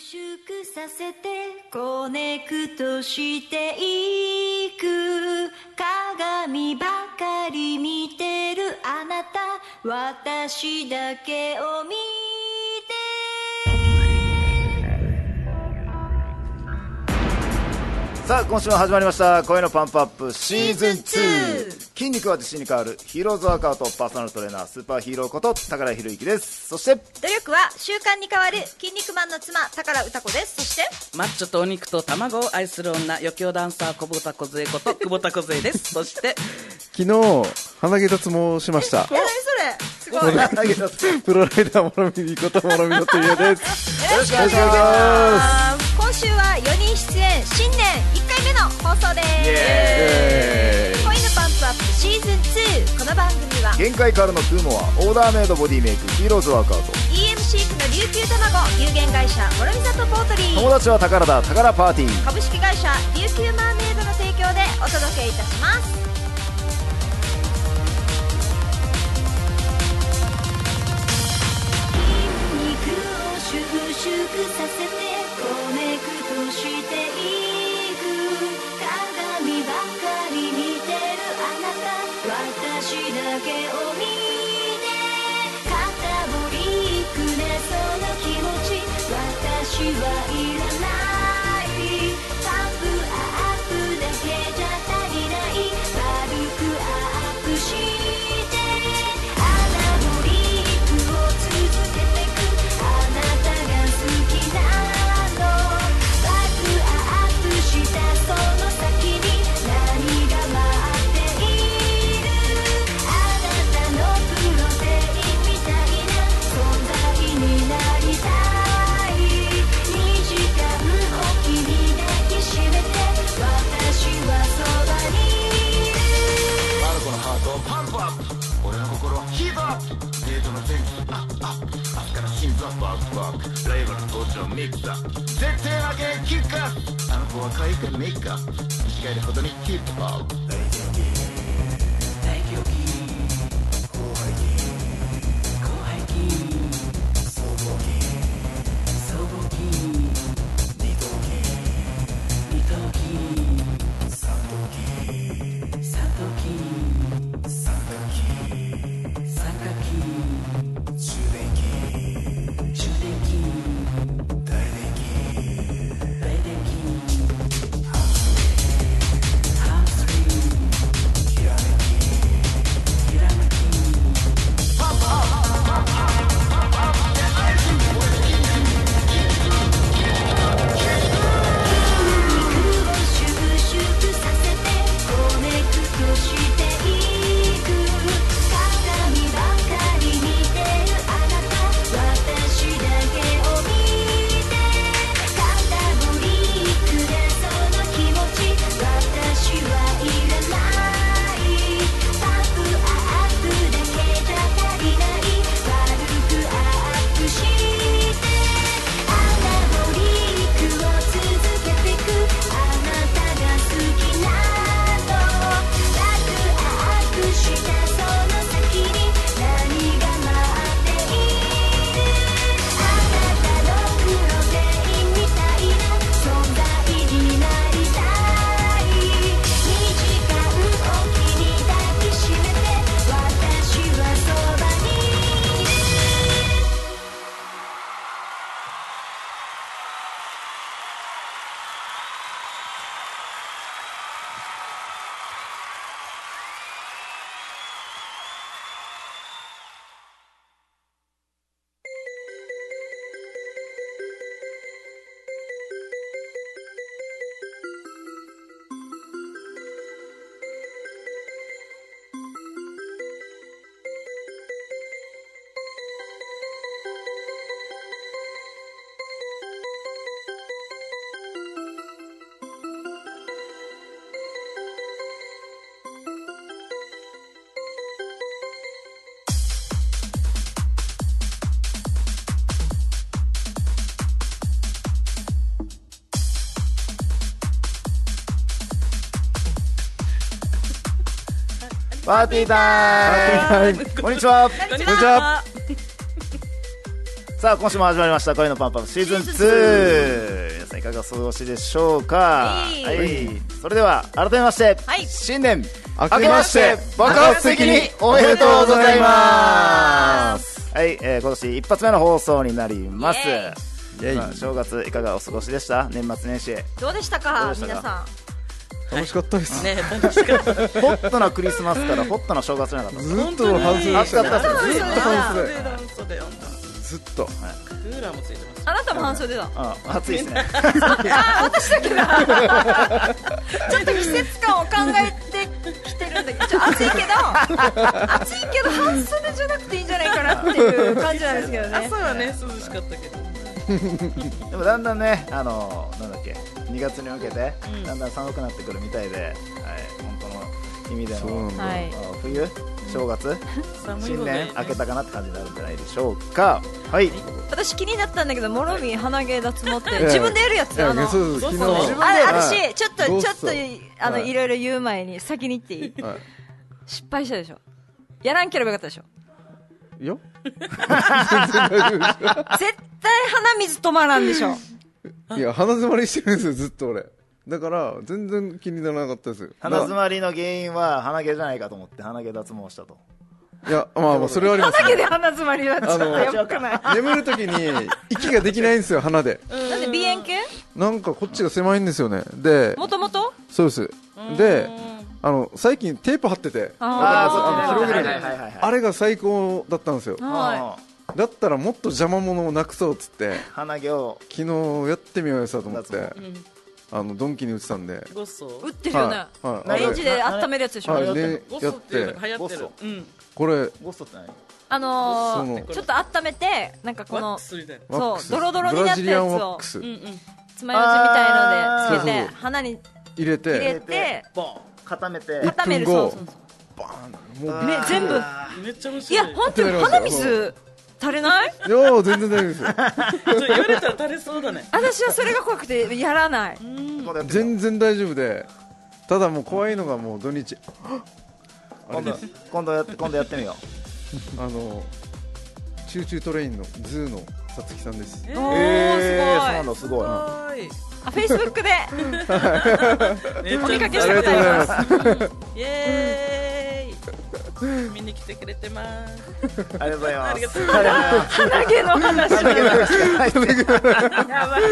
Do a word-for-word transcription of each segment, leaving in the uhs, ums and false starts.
縮させてコネクトしていく鏡ばかり見てるあなた私だけを見てさあ今週も始まりました声のパンプアップシーズンツー。筋肉は自信に変わるヒーローズワークアウトパーソナルトレーナースーパーヒーローこと高良博之です。そして努力は習慣に変わる筋肉マンの妻高良歌子です。そしてマッチョとお肉と卵を愛する女余興ダンサー小豚小杖こと久保田小杖です。そして昨日鼻毛脱毛しました。 え、何それすごいプロライダーもろみにこともろみのというです。 よろしくお願いします。今週はよにん出演新年いっかいめの放送です。 イエーイ。 恋のパンプアップシーズンツー。この番組は限界からのトゥーモアオーダーメイドボディメイクヒーローズワークアウトイーエムシー 区の琉球卵有限会社諸見里ポートリー友達は宝だ宝パーティー株式会社琉球マーメイドの提供でお届けいたします。収縮させてコネクトしていく鏡ばかり見てるあなた私だけを見て肩ぼりくねその気持ち私はいらないパンプアップだけじゃ足りない軽くアップしてアナボリックを続けてくあなた好きなのバックアップしたその先に何が待っているあなたのプロテインみたいな存在になりたいにじかんおきに抱きしめて私はそばにいるあの子のハートをパンプアップ俺の心はヒートアップデートの前期アップアップ明日から心臓バックバックライバル登場ミックスアップ絶対負けんキックアップあの子は可愛いからメイクアップ短いるほどにヒップホップ大元気大狂気後輩気後輩気総合気総合気二頭気二頭気三頭気三頭気三角気三角気中電気中電気大電気大電気ハムストリンひらめきひらめきパンプアップパンプアップパンプアップ肉を収縮させてコネクトしていく鏡ばかり見てるあなた私だけを見て肩ぼりくれその気持ち私はいらないパンプアップだけじゃ足りない軽くアップしてアナボリックを続けてくあなたが好きなのバックアップしたその先に何が待っているあなたのプロテインみたいな存在になりたいにじかんおきに抱きしめて私はそばにいるパーティータイムこんにちはこんにちこんにちはは。 さあ今週も始まりました恋のパンパンシーズンツー。皆さんいかがお過ごしでしょうか。 はいはい、それでは改めまして、 はい、 新年明けまして爆発的におめでとうございます。はい、えー、今年一発目の放送になります。 イエイまあ、正月いかがお過ごしでした？年末年始どうでしたどかうでしたか皆さん。 楽しかったです、 ね楽しかった。 ホットなクリスマスからホットな正月じゃなかったですか？ ずっと半袖でしたね。 暑かったですずっと半袖半袖よずっとクーラーもついてます。 あなたも半袖だ。 あ、暑いですね。 あ、私だけだ。ちょっと季節感を考えてきてるんだけど、ちょっと暑いけど暑いけど半袖じゃなくていいんじゃないかなっていう感じなんですけどね。 朝はね涼しかったけどでもだんだんね、あのなんだっけ、にがつに向けて、 うんだんだん寒くなってくるみたいで、はい、本当の意味でそうの、 なんだ、 はいあ冬、正月、新寒いので、ね、 年明けたかなって感じになるんじゃないでしょうか。はい、 私気になったんだけど、もろみ鼻毛脱毛ってや自分でやるやつ。 いやあのそうそう昨日そうそうあはい私ちょっとどうぞちょっとあのはいいろいろ言う前に先に言っていい？ は失敗したでしょ。やらんければよかったでしょ。 いよ絶対鼻水止まらんでしょ。 いや鼻詰まりしてるんですよずっと俺だから全然気にならなかったですよ。 鼻詰まりの原因は鼻毛じゃないかと思って鼻毛脱毛したと。 いやまあまあそれはあります鼻毛で鼻詰まりはちょっとやばくない？ 眠るときに息ができないんですよ鼻で。 なんで鼻炎系？ なんかこっちが狭いんですよね。でもともと？ そうですであの最近テープ貼っててああの広げるのはいはいはいはいあれが最高だったんですよ。 はあだったらもっと邪魔者をなくそうっつってー鼻毛を昨日やってみようよさと思って脱うんあのドンキに売ってたんで、 ゴッソい。売ってるよね。 はいはいあれレンジで温めるやつでしょ。 はいねゴッやっソっていうのてが流行ってるゴッソうんこれゴッソって何？ あのそのー、ちょっと温めてなんかこワッのクスみたいなそうワックスドロドロになったやつをブラジリアンワックスうんうん爪楊枝みたいのでつけあーてそうそう鼻に入れて入れてボン固めて固める。 いっぷんごそうそうそう。 バーンもうね全部。 めっちゃ面い白いや本当に鼻水垂れない？ いやー全然大丈夫ですよちょっと言われたら垂れそうだね私はそれが怖くてやらない。 今度やってみよう全然大丈夫でただもう怖いのがもう土日あ今度れです今度やって今度やってみよあのチューチュートレインのズーのさつきさんです。 おえう。 ーすごい。 そうなんだ、すごい。 ーいあ、フェイスブックでめっちゃお見かけしたことあります。 イエーイ見に来てくれてますありがとうございます。 ありがとうありがとうございます。 鼻毛の話。 鼻毛の話が入ってるやばい。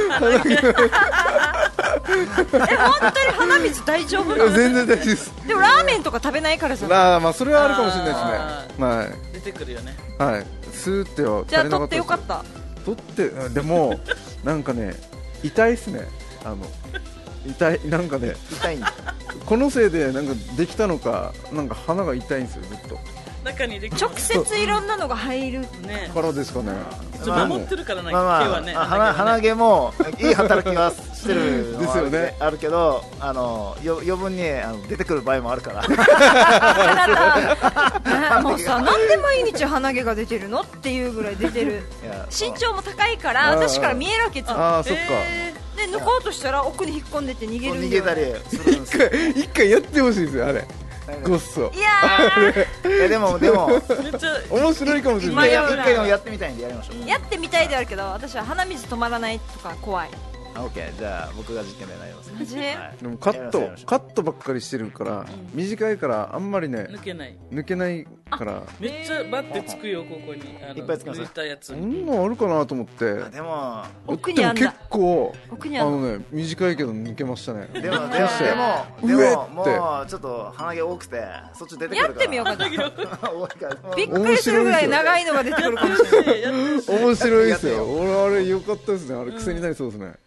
え、本当に鼻水大丈夫なの？ 全然大丈夫です。 でもラーメンとか食べないからじゃない？ まあまあそれはあるかもしれないあですね。はい出てくるよねはい。スーってはじゃあ取っ足りなかったですてよかった。 取ってでもなんかね痛いですね。あの痛いなんかね痛いんだ。 このせいでなんかできたのかなんか鼻が痛いんですよずっと。 中にできる直接いろんなのが入る。 ねからですかね。 ちょっと守ってるからなまあまあ、 毛はねあ鼻鼻毛もいい働きはしてるのはですよねあるけど、あのよ余分にあの出てくる場合もあるから。 あなた、ねもうさ、なんで毎日鼻毛が出てるのっていうぐらい出てる。 いや身長も高いからあー私から見えるわけですよ。 ああそっか。 えで抜こうとしたら奥に引っ込んでって逃げるんだよね。 逃げたりするんですよ。 一回やってほしいですよあれ。ごっそ。 いやいやでもでもーめっちゃ面白いかもしれ一回ない。 迷うな一回でもやってみたいんでやりましょう。 ーやってみたいであるけど私は鼻水止まらないとか怖い。 あ、オッケー。じゃあ僕が実験でなります。 マジ？ はいでもカットやりましょうやりましょうカットばっかりしてるから短いからあんまりね抜けない抜けないからめっちゃバッてつくよここにあのいっぱいつきます抜いたやつそんなんあるかなと思って。 あでも奥にあんだでも結。構奥にあんだ。 あのね短いけど抜けましたね。 でもでも抜けましたよでもで上もってもうちょっと鼻毛多くてそっち出てくるから。 やってみようかな。 多いから。 びっくりするぐらい長いのが出てくるかもしれない。 やってほしい面白いですよ。 やって俺あれ良かったですね。あれ癖になりそうですね。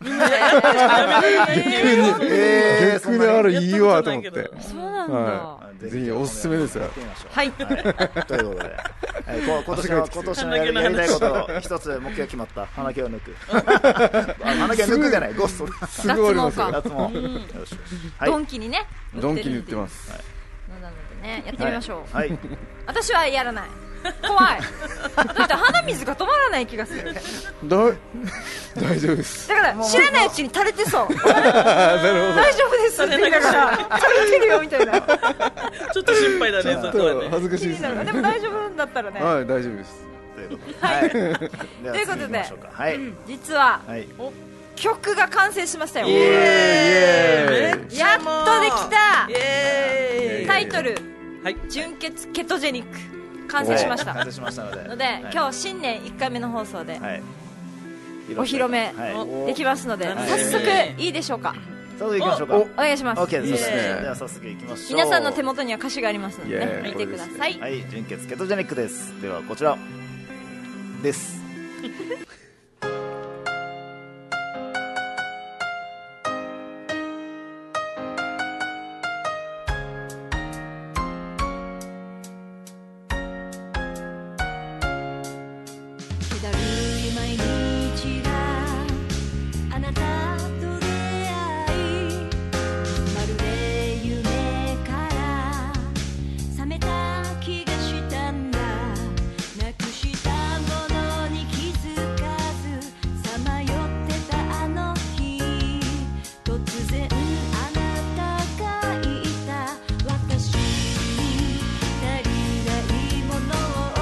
えー逆にあれいいわと思って。 そうなんだ。 はい。ぜひおすすめですよやっ。てみましょう。 はい。 はい、ということで、はい、こ今年の今年のやりやりたいことを一つ目標決まった鼻毛を抜く。あ鼻毛抜くじゃない、ゴッソ。 すぐ終わりますよ。 脱毛。よし。はい。 ドンキにね。 ドンキに売ってます。 なのでねやってみましょう。 はい。 私はやらない。怖い。だって鼻水が止まらない気がする。 だ大丈夫です。 だから知らないうちに垂れてそう。 なるほど。 大丈夫ですって言いながら垂れてるよみたいな。 ちょっと心配だねそこはね恥ずかしいですね。 でも大丈夫だったらね。 はい大丈夫です。 というところはいではということで次行きましょうかはい、 実ははい、 曲が完成しましたよ。 イエーイめっちやっゃもうとできた。 イエーイタイトルはい純血ケトジェニック完成しました完成しましたのでので、 はい今日新年いっかいめの放送ではいお披露目はいできますので、 はい早速いいでしょうか。 早速行きましょうかお願いします。 OK ですいいですねでは早速行きましょう。 皆さんの手元には歌詞がありますので、 イエね、 ーイ見てください。 はい純血ケトジェニックです。ではこちらです気だるい毎日があなたと出会い、まるで夢から覚めた気がしたんだ。なくしたものに気づかずさまよってたあの日、突然あなたが言った私に足りないものを。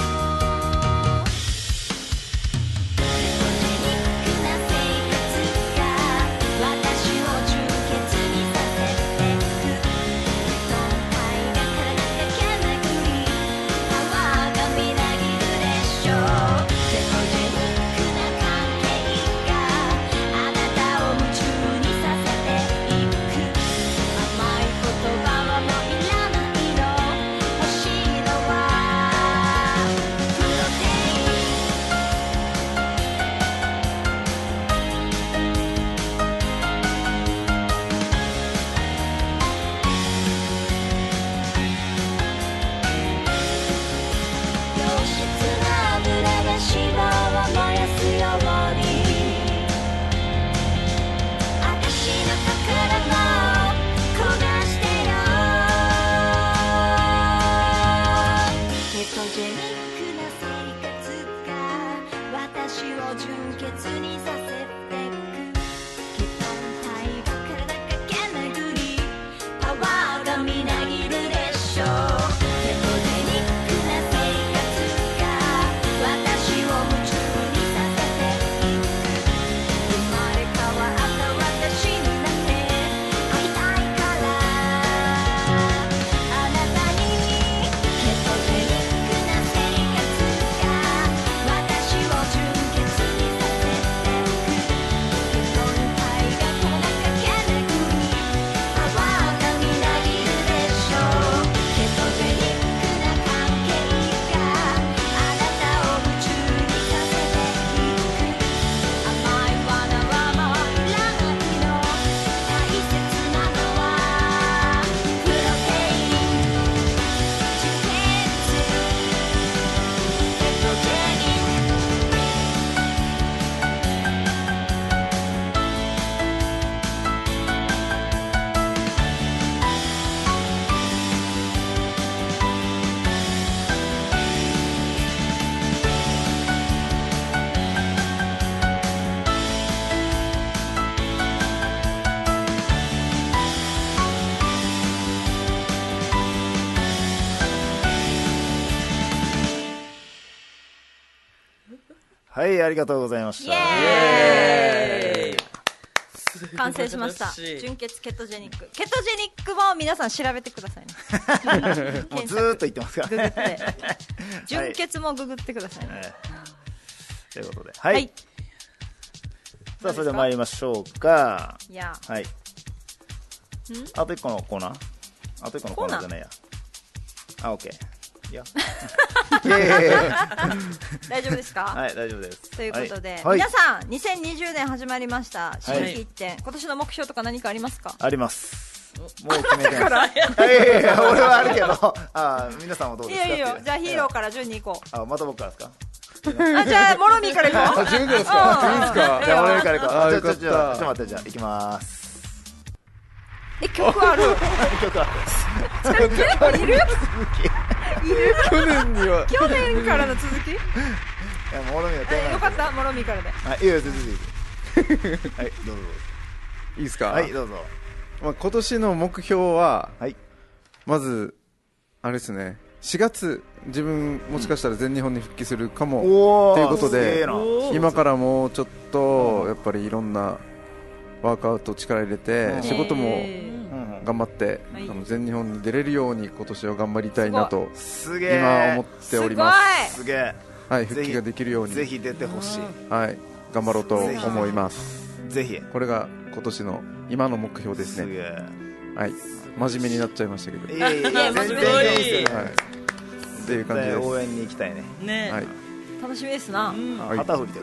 はいありがとうございました。 イエーイ完成しました。 素晴らしい純血ケトジェニック。ケトジェニックも皆さん調べてくださいね。 もうずーっと言ってますからググって。純血もググってくださいね。 はいということではい、 はいさあそれでは参りましょうか。 いやはいあといっこのコーナーあといっこのコーナーじゃないやあ OK いやいやいやいや大丈夫ですか、 はい大丈夫ですということで、 はい皆さんにせんにじゅうねん始まりました新規一点、今年の目標とか何かありますか？ ありますもう決めてますいやいやいや俺はあるけどあ皆さんはどういですかいよいいよ、じゃあヒーローから順に行こう。 あまた僕からですかあ、じゃあモロミーから行こう。 あ、自分からですか？いいですか？ じゃあ俺から行こうあちょちょちょちょよかったっと待ってじゃあ行きまーすえ、曲ある？ 曲は結構いる？ 去年には去年からの続き？ いやもろみのテーマよかったモロミーからで。 はいいいよ全然いいですはいどうぞいいですか？ はいどうぞまあ、今年の目標ははいまずあれですね、 しがつ自分もしかしたら全日本に復帰するかもおーということすげえでな今からもうちょっとやっぱりいろんなワークアウト力入れてうん仕事もえうん頑張ってはいあの全日本に出れるように今年は頑張りたいなとすげえ今思っておりますすげえはいぜひ復帰ができるようにぜひ出てほしはい頑張ろうと思いますいぜひこれが今年の今の目標ですねすげえはい真面目になっちゃいましたけどいやいやいや全然いいですよはいっていう感じです応援に行きたいねね、 はいー楽しみですな、 はい旗振りで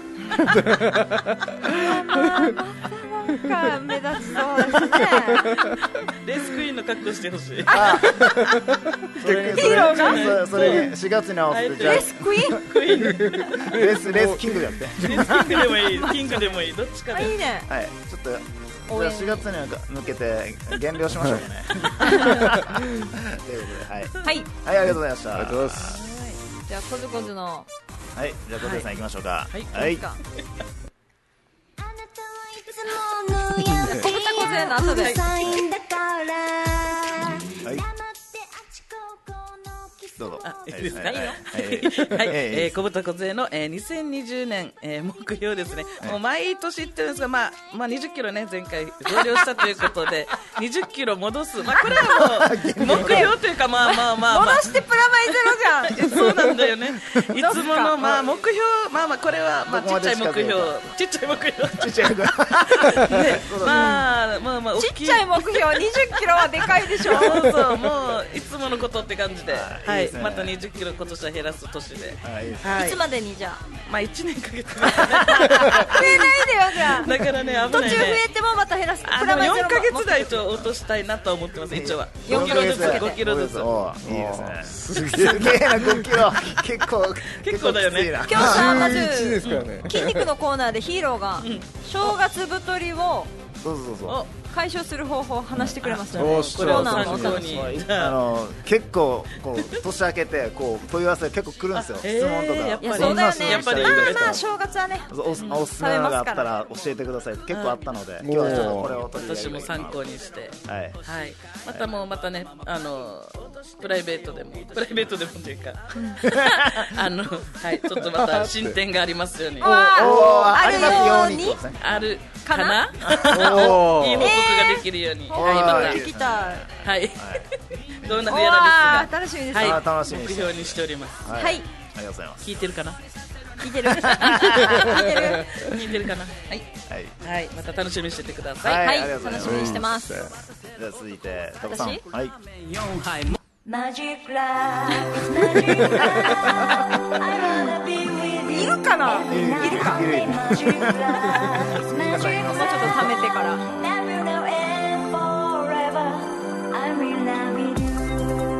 なんか目立ちそうですねレースクイーンの格好してほしいそれにヒーローがそれそれにしがつに合わせてじゃあレスクイーンクイーンレーレースレースキングでやってスキングでもいいキングでもいいどっちかであいいねはいちょっとじゃあ応援しがつに向けて減量しましょうかねということではいはいはいありがとうございましたありがとうございますじゃあコズコズのはいじゃあ小手さん行きましょうかはいはいかあなたはいつものやって小豚小勢の後でサインだからはい黙ってあちここのキスどうぞあいいですかはいいいよはいはい、 えええー、小豚小勢の、えー、にせんにじゅうねん、えー、目標ですね、もう毎年言ってるんですが、まあまあ、にじゅっキロね前回増量したということでにじゅっキロ戻す、まあ、これはもう目標というかまあまあまあ、まあ、 戻してプラマイゼロじゃんそうなんだよねいつものまあ目標まあまあこれはまあどこまちっちゃい目で近づいた標ちっちゃい目標ちっちゃい子でまあまあまあ大ちきっちゃい目標にじゅっキロはでかいでしょそうそうもういつものことって感じで、はいいいですねまたにじゅっキロ今年は減らす年で、 はいいいですはいいつまでにじゃあまあいちねんかけて増えないでよじゃあだからね危途中増ないねえてもまた減らすあのプラマイゼロよんかげつ台と落としたいなと思ってます一応はよんごキロずつかげつごキロずつおーいいですねすげえなごキロ結構結構だよね結構きついな今日さまじゅういちですずからね筋肉のコーナーでヒーローが正月太りをそうそうそうお解消する方法を話してくれましたおっしゃこれをコーナーのお参考楽しみにあの結構こう年明けてこう問い合わせ結構来るんですよあへー質問とかやっぱりいやそうだよねやっぱりまあまあ正月はねおおおすすめのがあったら教えてくださいって結構あったので今日はちょっとこれを取り上げて私も参考にしてはいはい、またもうまたねあのプライベートでもプライベートでもというかあのはいちょっとまた進展がありますようにわあおーあるありますよようにうにってことですねあるかなおーいい報告ができるように、はいまたおー聞きたいはいどんなうふうやらわですがー楽しみですはいあー楽しみにして目標にしておりますはいはいありがとうございます聞いてるかな聞いてる聞いてる聞いてるかなはいはいはいまた楽しみにしててください、 はいはいありがとうございます楽しみにしてますじゃあ続いてタコさん私はいマジックラブマジックラブ I wanna be with you いるかないるかいるいるマジックラブマジックもうちょっと貯めてから Never know and forever I'm in love with you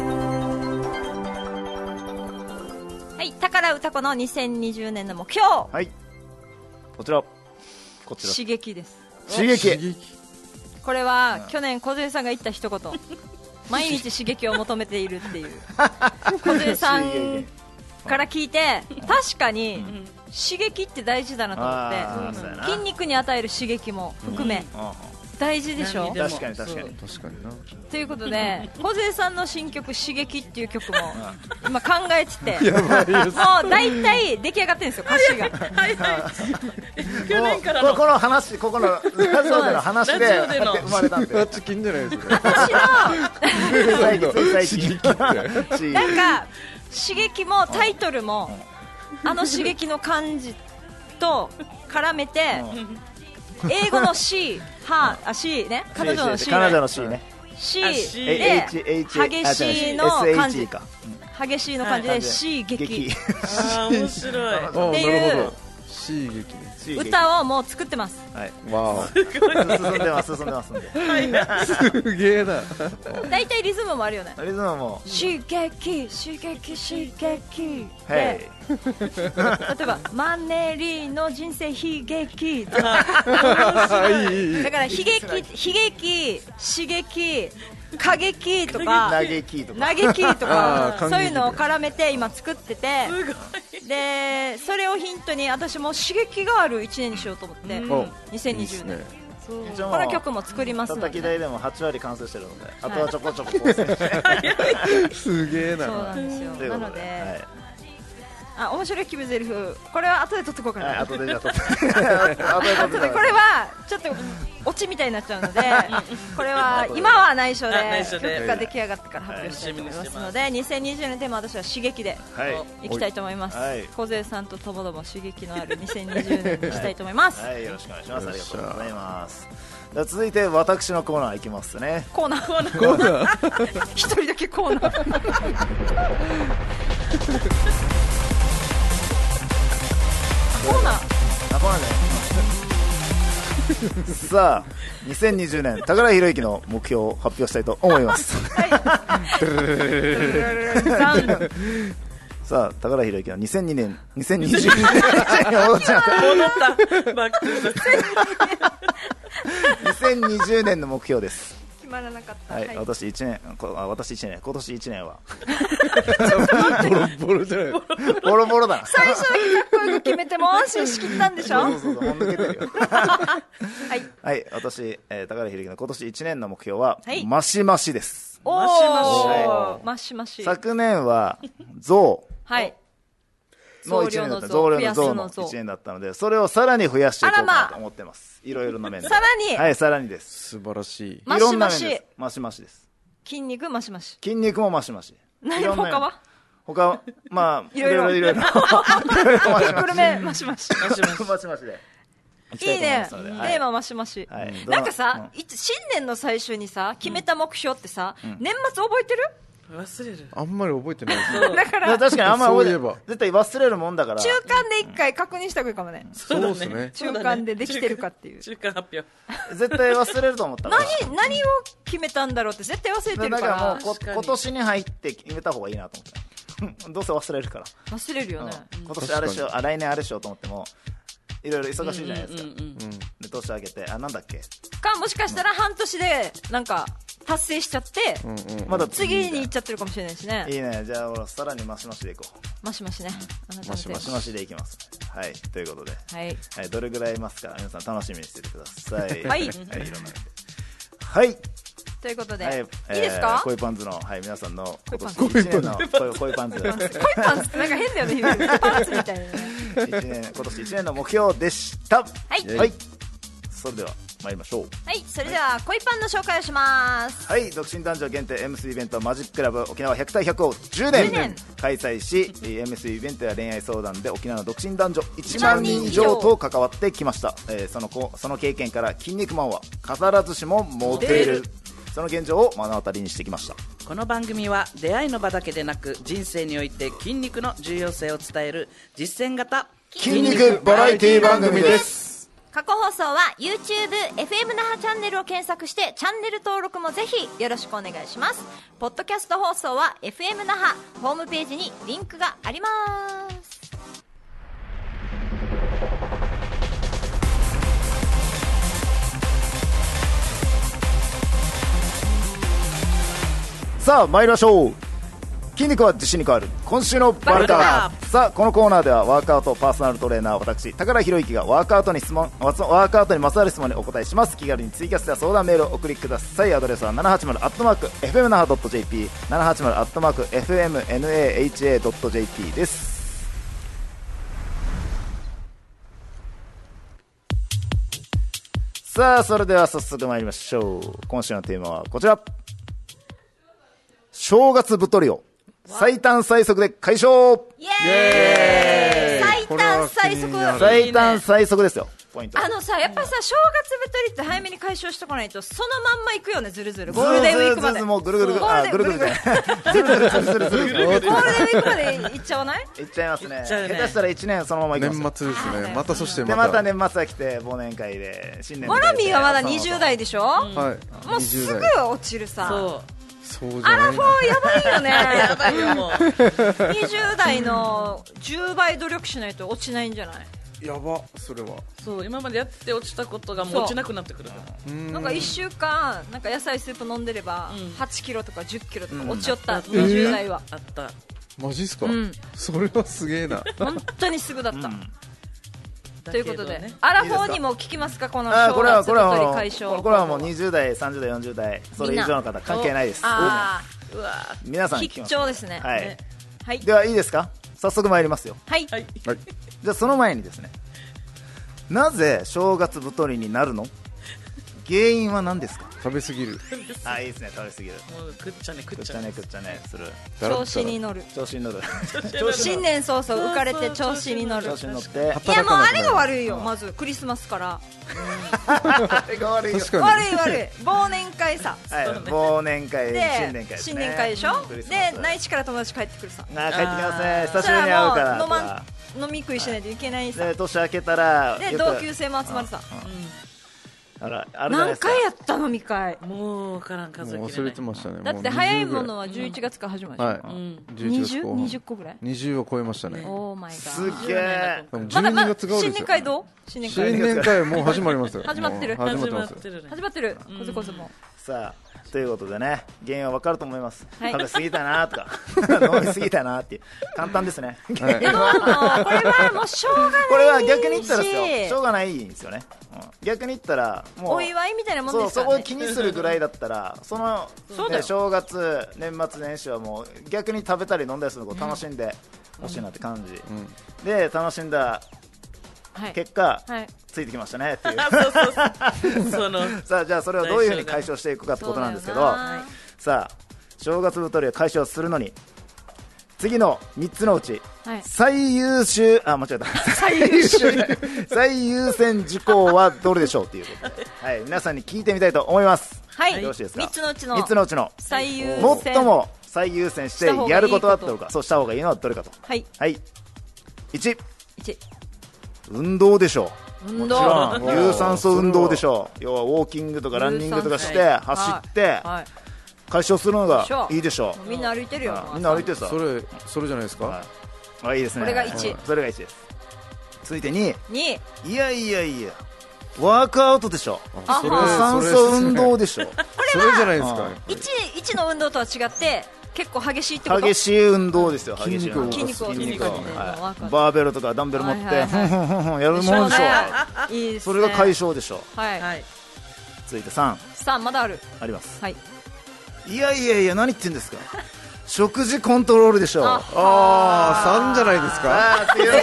はい宝歌子のにせんにじゅうねんの目標はいこちらこちら刺激です刺激これは去年小杉さんが言った一言毎日刺激を求めているっていう小杉さんから聞いて確かに刺激って大事だなと思あーそうやなって筋肉に与える刺激も含めあ大事でしょ何でも確かに確かにそう確かになということで小杉さんの新曲「刺激」っていう曲も今考えててやばいですもう大体出来上がってるんですよ歌詞がはいはい去年からのここの話ここのラジオでの話でラジオでの生まれたんであっち金じゃないですか私の最近つい最近刺激なんか刺激もタイトルもあの刺激の感じと絡めて英語の C はあ C ね彼女の C 彼女の C ね C あ C で H H 激しいの感じ S H か激しいの感じで C 劇あー面白いあーっていうなるほど刺激ね歌をもう作ってますはいわ進んでます進んでますんでおすげえな大体リズムもあるよねリズムも刺激刺激刺激へでい例えばマネリーの人生悲劇とかいいいいだから悲劇悲劇刺激過激とか嘆きとか嘆きとあーかそういうのを絡めて今作っててすごいでそれをヒントに私も刺激があるいちねんにしようと思っておにせんにじゅうねんいいっすねそう一応もうこの曲も作りますので、 叩き台でもはち割完成してるので、あとはちょこちょこ構成してすげえな。 そうなんですよということなので、 はいあ面白い決め台詞、これは後で撮ってこうかな、 はい、後でじゃあ撮って後で撮って後でこれはちょっとオチみたいになっちゃうのでこれは今は内緒であ内緒で曲が出来上がってから発表したいと思いますので、にせんにじゅうねんテーマは私は刺激ではいいきたいと思います、 はい小勢さんとともども刺激のあるにせんにじゅうねんにしたいと思います、 はい、よろしくお願いします。ありがとうございます。では続いて私のコーナーいきますね。 コーナーコーナーコーナー一人だけコーナーコーナーあ、コーナーね。さあ、にせんにじゅうねん宝井宏之の目標を発表したいと思います。さあ、宝井宏之のにせんにねん、にせんにじゅうねん戻っちゃった戻ったバックにせんにじゅうねんの目標です。 決まらなかった、 はい、 はい私いちねん、こあ私いちねん、今年いちねんはボロボロじゃない。 ボロボロだな。 最初だけかっこよく決めても安心しきったんでしょそうそうそう、もう抜けてるよ。 はいはい、私、えー、宝井宏之の今年いちねんの目標は、 はいマシマシです。 おマシーマシマシ昨年は象はいのいちねんだった、 増量の増増量の象の増やすの増いちねんだったので、それをさらに増やしていこうかなと思ってます。いろいろな面で。 さらにはい、さらにです。 素晴らしい。 マいろんなシマシ面です。マシマシです。 筋肉マシマシ筋肉もマシマシ。 何いろんな面他は他は、まあ、 いろいろいろいろ。いろいろマシマシグルメマシマシマシマシ。マシマシで。行きたいいと思ねますのではいテーママシマシはいなんかさどのいつ新年の最初にさ決めた目標ってさ年末覚えてる忘れるあんまり覚えてないです。 だかだからら確かにあんまり覚えてそういえば絶対忘れるもんだから。 中間で一回確認した方がいいかもねそうですね。 中間でできてるかっていう中間発表絶対忘れると思ったから。 何何を決めたんだろうって絶対忘れてだるかからもうこら確かに今年に入って決めた方がいいなと思ってどうせ忘れるから、 忘れるよねうん今年あれしようあ来年あれしようと思ってもいろいろ忙しいじゃないですか、 うんうんうんで年明けてあなんだっけかもしかしたら半年でなんか達成しちゃってうんうん。 まだ次に行っちゃってるかもしれないしねいいねじゃあ俺さらにマシマシでいこマシマシねあなたのテーマうマシマシでいきますはいということで、 はいはい、どれぐらいいますか皆さん楽しみにしててくださいはいはい、いろんな意味ではいということで、 はい、 いいですか恋パンツの、はい、皆さんの今年恋いちねんの恋恋パンツ恋パンツってなんか変だよね響きパンツみたいなね一年今年いちねんの目標でしたはいはい、それでは参りましょうはいそれでは恋パンの紹介をしますはい独身男女限定 エムス イベントマジッククラブ沖縄ひゃく対ひゃくをじゅうねんじゅうねん開催し エムス イベントや恋愛相談で沖縄の独身男女いちまんにん以上と関わってきました、えーその子その経験から筋肉マンは飾らずしもモテるその現状を目の当たりにしてきました。 この番組は出会いの場だけでなく人生において筋肉の重要性を伝える実践型筋肉バラエティ番組です。 過去放送は YouTube、エフエム 那覇チャンネルを検索してチャンネル登録もぜひよろしくお願いします。ポッドキャスト放送は エフエム 那覇ホームページにリンクがあります。 さあ参りましょう。筋肉は自信に変わる今週のバルカバルカさあこのコーナーではワークアウトパーソナルトレーナー私宝井宏之がワークアウトに質問ワークアウトにまつわる質問にお答えします。気軽にツイキャスや相談メールを送りください。アドレスは ななはちまる アットマーク エフエム 那覇 ドット ジェーピー ななはちまる アットマーク エフエム ナハ ドット ジェーピー です。さあそれでは早速参りましょう。今週のテーマはこちら、正月太りを最短最速で解消。 イエーイ最これは短最速気になる最短最速ですよポイント。 あのさやっぱさ正月太りって早めに解消しとかないとそのまんま行くよねずるずるゴールデンウィークまでずずずもうぐるぐるぐるゴールデンあぐるぐるぐるずるずるずるずるずるずるゴールデンウィークまで行っちゃわないいっちゃいますね。 いっちゃうね下手したらいちねんそのままいきますよ。 年末ですね。またそしてでまた。 また年末が来て忘年会で新年モラミーはまだににじゅう代でしょ、 はい。 もうすぐにじゅう代落ちるさそそうじゃないアラフォーやばいよねうやばいよもうにじゅう代のじゅうばい努力しないと落ちないんじゃないやば、それは。 そう今までやって落ちたことがもう落ちなくなってくるからうんなんかいっしゅうかんなんか野菜スープ飲んでればうんはちキロとかじゅっキロとか落ちよった、 うんにじゅう代はあったマジっすかうんそれはすげえな。 本当にすぐだった、 うんということで、 ね、 アラフォーにも聞きますか、このあーこれは正月これはもう太り解消。 これはもうにじゅう代、さんじゅう代、よんじゅう代それ以上の方関係ないです。 あうわ皆さあ、必ん聞きます。 聴ですね。 はい、 ねはい。 ではいいですか、早速参りますよ。 はい。 はいはいじゃあその前にですね、なぜ正月太りになるの、原因は何ですか。 食べ過ぎるあ、いいですね、食べ過ぎる、 もうくっちゃねくっちゃねくっちゃねくっちゃねする、 調子に乗る。 調子に乗る新年早々浮かれて調子に乗る。 調子に乗っていやもうあれが悪いよ。まずクリスマスからあれが悪いよ。 確かに悪い悪い。忘年会さ。 はい、忘年会、 で新年会ですね、 新年会でしょ。 クリスマでス内地から友達帰ってくるさ。 あー帰ってきますね、 そし久したぶりに会うかららもう飲まとかん飲み食いしないといけないさ。 で年明けたらでよく同級生も集まるさ。 あらあるじゃないで何すか。 回やった飲み会。 もう分からん数えもうきれない忘れてましたね。 だってもう早いものははじゅういちがつから始まるでしょ。 はい、 んじゅういちがつ後半にじゅう個ぐらい。 にじゅうを超えましたね。 オーマイガすー。 げえ。 でもまだま 12 だ月が多い新ですよ。 年会どう？新年会新年会もう始まりますよ。 始まってるもう始まってます。 始まってるね始まってる。こそこそも。 さあということでね、原因は分かると思います、 はい食べ過ぎたなとか飲み過ぎたなっていう簡単ですね、 はいでもあのこれはもうしょうがないし。 これは逆に言ったらですよ、しょうがないんですよね、うん逆に言ったらもうお祝いみたいなもんそうですからね。 そこを気にするぐらいだったらそのそうだよね正月年末年始はもう逆に食べたり飲んだりするのを楽しんでほしいなって感じ、 うんで楽しんだはい。 結果、 はい。 ついてきましたねっていうあそうそうそうそのさあじゃあそれをどういうふうに解消していくかってことなんですけど、 そうだよなさあ正月太りを解消するのに次のみっつのうちはい。 最優秀あ間違えた最優秀最優先事項はどれでしょうっていうことで、はい、皆さんに聞いてみたいと思います。 はい。 よろしいですか。 三つのうちのみっつのうちの最優先。 最も最優先してやることはどれか、そうした方がいいのはどれかと。 はい。 はいいち一。 運動でしょう。 運もちろ動。 ん有酸素運動でしょう。要はウォーキングとかランニングとかして有酸素走ってはい。 解消するのがでしょういいでしょみんな歩いてるよ。 う。みんな歩いてるさ。 それそれじゃないですか。 はいあいいですね。 これが一うんそれがいちです。続いてにに。 いやいやいやワークアウトでしょ。 あそれ有酸それ素運動でしょ。 それじゃないですか。 一一の運動とは違って結構激しいってこと。 激しい運動ですよ。 筋激しい運動肉を筋肉を筋肉を筋肉をはいワークアウトバーベルとかダンベル持ってはいはいはいふんふんふんふんやるもんでしょ。 ねいいですね。 それが解消でしょ。 はい。 はい続いてさんさあまだある。 あります。 はい。 いやいやいや何言ってんですか。食事コントロールでしょう。 あああさんじゃないですか。 あーっていう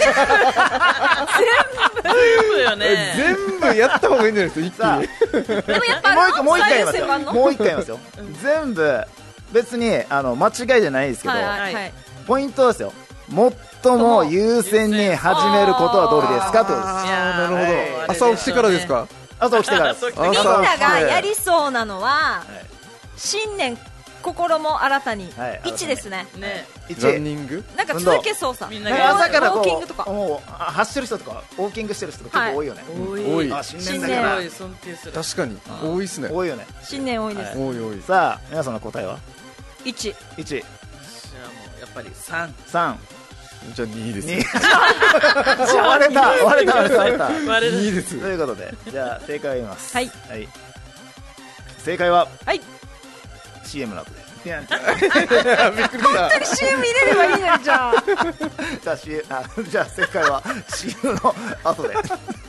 全部よね全部やった方がいいんじゃないですか。一気に。 でもやっぱもう一回もう一回言います最優先版のよ。もう一回言いますよ。全部別にあの間違いじゃないですけど、 はいはいはい。 ポイントはですよ。最も優先に始めることはどれですかってことです。 あーなるほど、 はい朝起きてからですか。 朝起きてからです。 朝起きてみん朝ながやりそうなのははい新年心も新たにはい一ですね。 ね一ランニング。 なんか続けそうさ。 みんななんがか朝からこウォーキングとかうもうあ走ってる人とかウォーキングしてる人とか結構多いよね。 多多いあ新年新年だからすごい尊敬する確かに多いっすね。 多いよね。 新年多いです。 多い多い。 さあ皆さんの答えは一。 いち、 じゃあもうやっぱり三さん、 じゃあにですにね。 割れた割れた割れた割れた。 割れるにです。 ということでじゃあ正解を言います。 はい正解ははい。 シーエム の後で。いやびっくりした。 シーエム 入れればいいのにじゃあ。 じゃあ シーエム あじゃあ正解は シーエム の後で。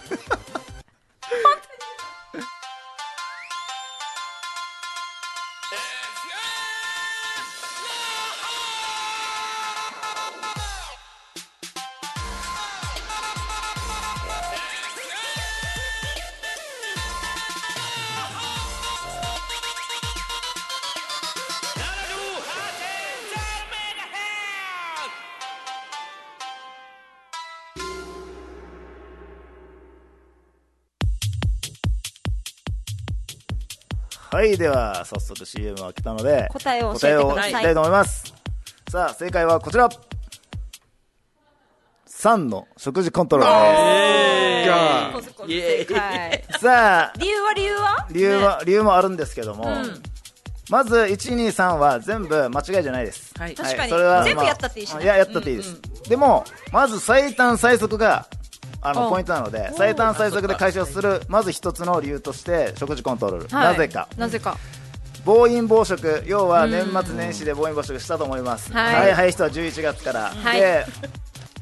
はいでは早速 シーエム が来たので答えを答えを教えてください。 言いたいと思います。さあ正解はこちらさんの食事コントロールでがこそこそイエーイ正解。 す。さあ理由は理由は？ 理由は、理由もあるんですけども、 んまずいち、に、さんは全部間違いじゃないです。 はい確かにそれは全部やったっていいしねいややったっていいです、でもまず最短最速があのおポイントなので最短最速で解消するまず一つの理由として食事コントロール、 はいなぜかなぜか。 暴飲暴食要は年末年始で暴飲暴食したと思います、 はいはいはい人はじゅういちがつから、 はいで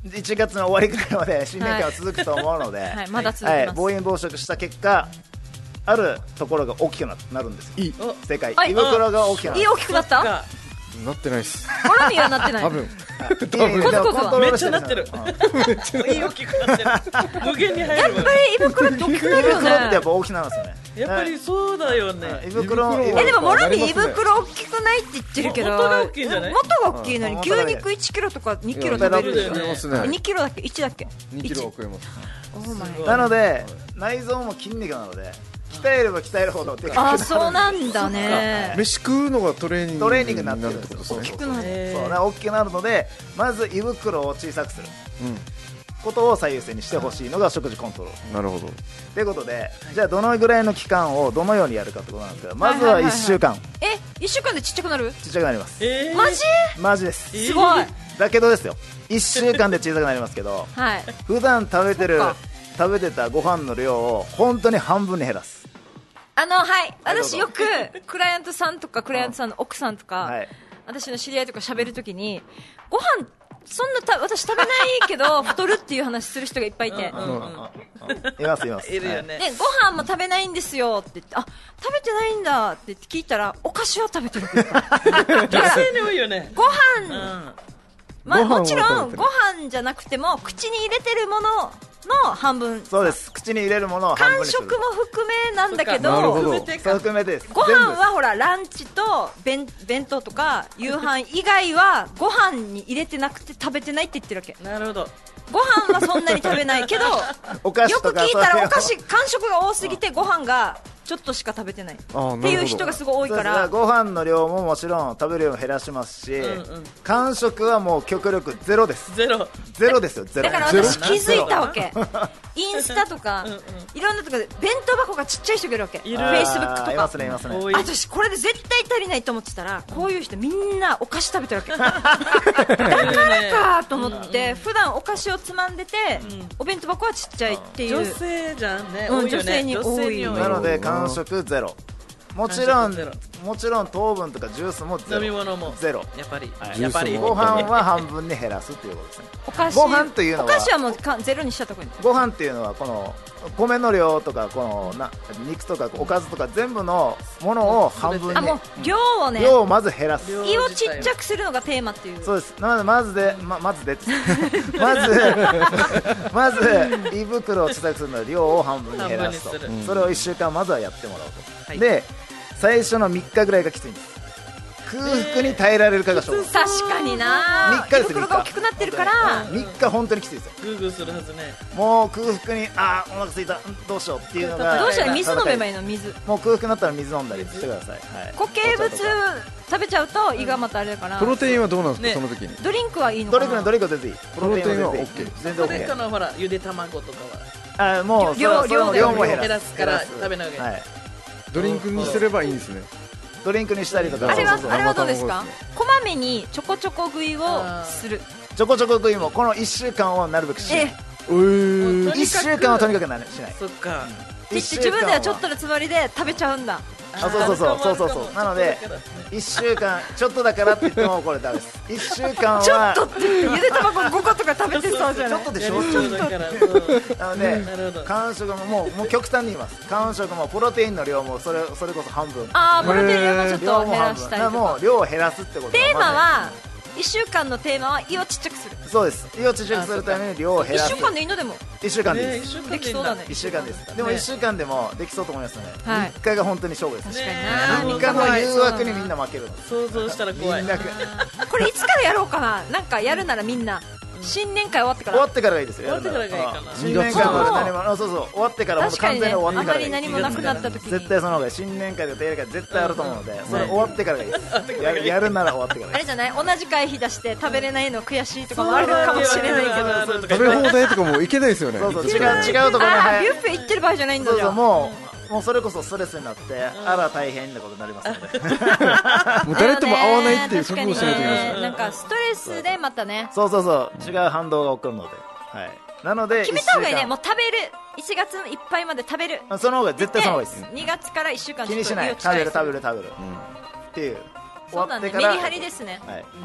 いちがつの終わりくらいまで新年会は続くと思うので、 はいはいまだ続きますはい、暴飲暴食した結果あるところが大きくななるんですよ。 いいお正解、 はい胃袋が大きくなる。 いい大きくなったかなってないっすコロミはなってない多分でもコツコツはコントロールしてめっちゃなってるうんいい大きくなってる無限に入るわやっぱり胃袋って大きくな胃るよね袋ってやっぱ大きくなるんですよね。 やっぱりそうだよね胃袋胃袋えでもモロミー胃なりますね袋大きくないって言ってるけど元が大きいんじゃない元が大きいのにうん牛肉いちキロとかにキロいや食べるでしょだって食えますねにキロだっけいちだっけにキロは食えますオーマイなので内臓も筋肉なので鍛えれば鍛えるほどでかくなる。 あそうなんだね飯食うのがトレーニングトレーニングになになるってるんですよ。 ってことですね大きくなるえそうだから大きくなるのでまず胃袋を小さくすることを最優先にしてほしいのが食事コントロールうんなるほどということで、じゃあどのぐらいの期間をどのようにやるかってことなんですけど、まずはいいっしゅうかんえいっしゅうかんでちっちゃくなるちっちゃくなります。 えーマジマジです。 すごいだけどですよ、いっしゅうかんで小さくなりますけどはい普段食べてるそっか食べてたご飯の量を本当に半分に減らす。 あのはいはいどうぞ私よくクライアントさんとかクライアントさんの奥さんとか、 はい私の知り合いとか喋るときにご飯そんなた私食べないけど太るっていう話する人がいっぱいいて、 うんうんうんいますいます。 いるよねでご飯も食べないんですよって言ってあ食べてないんだって聞いたらお菓子は食べてるって言った女性に多いよねご飯、 うんまあ、 ご飯はもちろん食べてるご飯じゃなくても口に入れてるものの半分そうです。口に入れるものを半分間にする。 食も含めなんだけそっかなるほどど含めてそうか含めてです。 ご飯全部はほらランチと弁弁当とか夕飯以外はご飯に入れてなくて食べてないって言ってるわけなるほどご飯はそんなに食べないけどお菓子よくとか聞いたらお菓そういう子間食が多すぎてご飯がちょっとしか食べてないっあーなるほどていう人がすごい多いかそうですだかららご飯の量ももちろん食べる量も減らしますし、 うんうん間食はもう極力ゼロです。 ゼロゼロですよ。ゼロ。 だからゼロ私気づいたわけインスタとかうんうんいろんなとこで弁当箱がちっちゃい人がいるわけフいるェイスブックとかあーいますねいますね。 多い私これで絶対足りないと思ってたらこういう人みんなお菓子食べてるわけだからかと思って普段お菓子をつまんでてうんお弁当箱はちっちゃいっていう女性じゃんねうん多いよね女性に多い女性に多いなので間食ゼロ。もちろん間食ゼロもちろん糖分とかジュースもゼロ。 飲み物もゼロ。 やっぱりはいやっぱりジュースもご飯は半分に減らすっていうことですね。 お菓子ご飯というのはお菓子はもうかゼロにしたとこにご飯っていうのはこの米の量とかこのな肉とかおかずとか全部のものを半分にあもう量をね量をまず減らす。 量胃をちっちゃくするのがテーマっていうそうです。なのでまずでままずでまずまず胃袋を小さくするので量を半分に減らすと半分にするそれをいっしゅうかんまずはやってもらおうと、 はいで最初のみっかぐらいがきついんです。空腹に耐えられるかが勝負。 確かになみっかです胃袋が大きくなってるからみっか本当にきついですよ。 グーグーするはずねもう空腹にあーお腹空いたうんどうしようっていうのがどうしたら水飲めばいいいの水もう空腹になったら水飲んだりしてください、はい、 固形物食べちゃうと胃がまたあれだからプロテインはどうなんですかねその時にドリンクはいいのかなドリンクのドリンクは全然いい。プロテインは全然いい OK 全然これか OK。 のほらゆで卵とかはあもう量それはそれ量もも減らす減らすから減らす食べない方がいいはい、 ドリンクにすればいいんですねドリンクにしたりとかあれはそうそうそうあれはどうですか生卵ですこまめにちょこちょこ食いをするちょこちょこ食いもこのいっしゅうかんをなるべくしない。 ええーとにかくいっしゅうかんはとにかくなしない。 そっかって言って自分ではちょっとのつもりで食べちゃうんだあそうそうそうそうそうそうなのでいっしゅうかんちょっとだからって言ってもこれダメです。いっしゅうかんはちょっとって言ってゆで卵ごことか食べてそうじゃないちょっとでしょ。 やりそうだからそうなのでなるほど間食ももうもう極端に言います。間食もプロテインの量もそれそれこそ半分。 ああプロテインをちょっ量と減らも半分。だからしたりとかもう量を減らすってこと。 テーマはいっしゅうかんのテーマは胃をちっちゃくするそうです。胃をちっちゃくするために量を減 1 らす。 週間でいいのでもいっしゅうかんでいいねです。 一週間できそうだねいっしゅうかんです。でもねいっしゅうかんでもできそうと思いますね。 はいみっかが本当に勝負です。 確かにねなみっかの誘惑にみんな負けるんです。 想像したら怖いみんなこれいつからやろうかななんかやるならみんな新年会終わってから終わってからがいいですよ。 終わってからがいいかなやるなら新年会まで何もあそうそう終わってからもう完全に確かにねあまり終わってからがいい。 何もなくなった時に絶対その方がいい。新年会とか定例会絶対あると思うので、それ終わってからがいいです。ややるなら終わってからがいい。 あれじゃない同じ会費出して食べれないの悔しいとかもあるかもしれないけど食べ放題とかもいけないですよねそうそう違う違うところにああ入ビュッフェ行ってる場合じゃないんだそうじゃそうんもうもうそれこそストレスになってあら大変なことになりますので。 もう誰とも会わないっていう覚悟しないといけないですねねなんかストレスでまたねそうそうそう違う反動が起こるので。はい。なので決めた方がいいねいっしゅうもう食べるいちがついっぱいまで食べるかんその方が絶対その方がいいです。 にがつからいっしゅうかん気にしない。 ちょっと胃を食べる食べるる食べるっていう終そうだねわってからメリハリですねはい。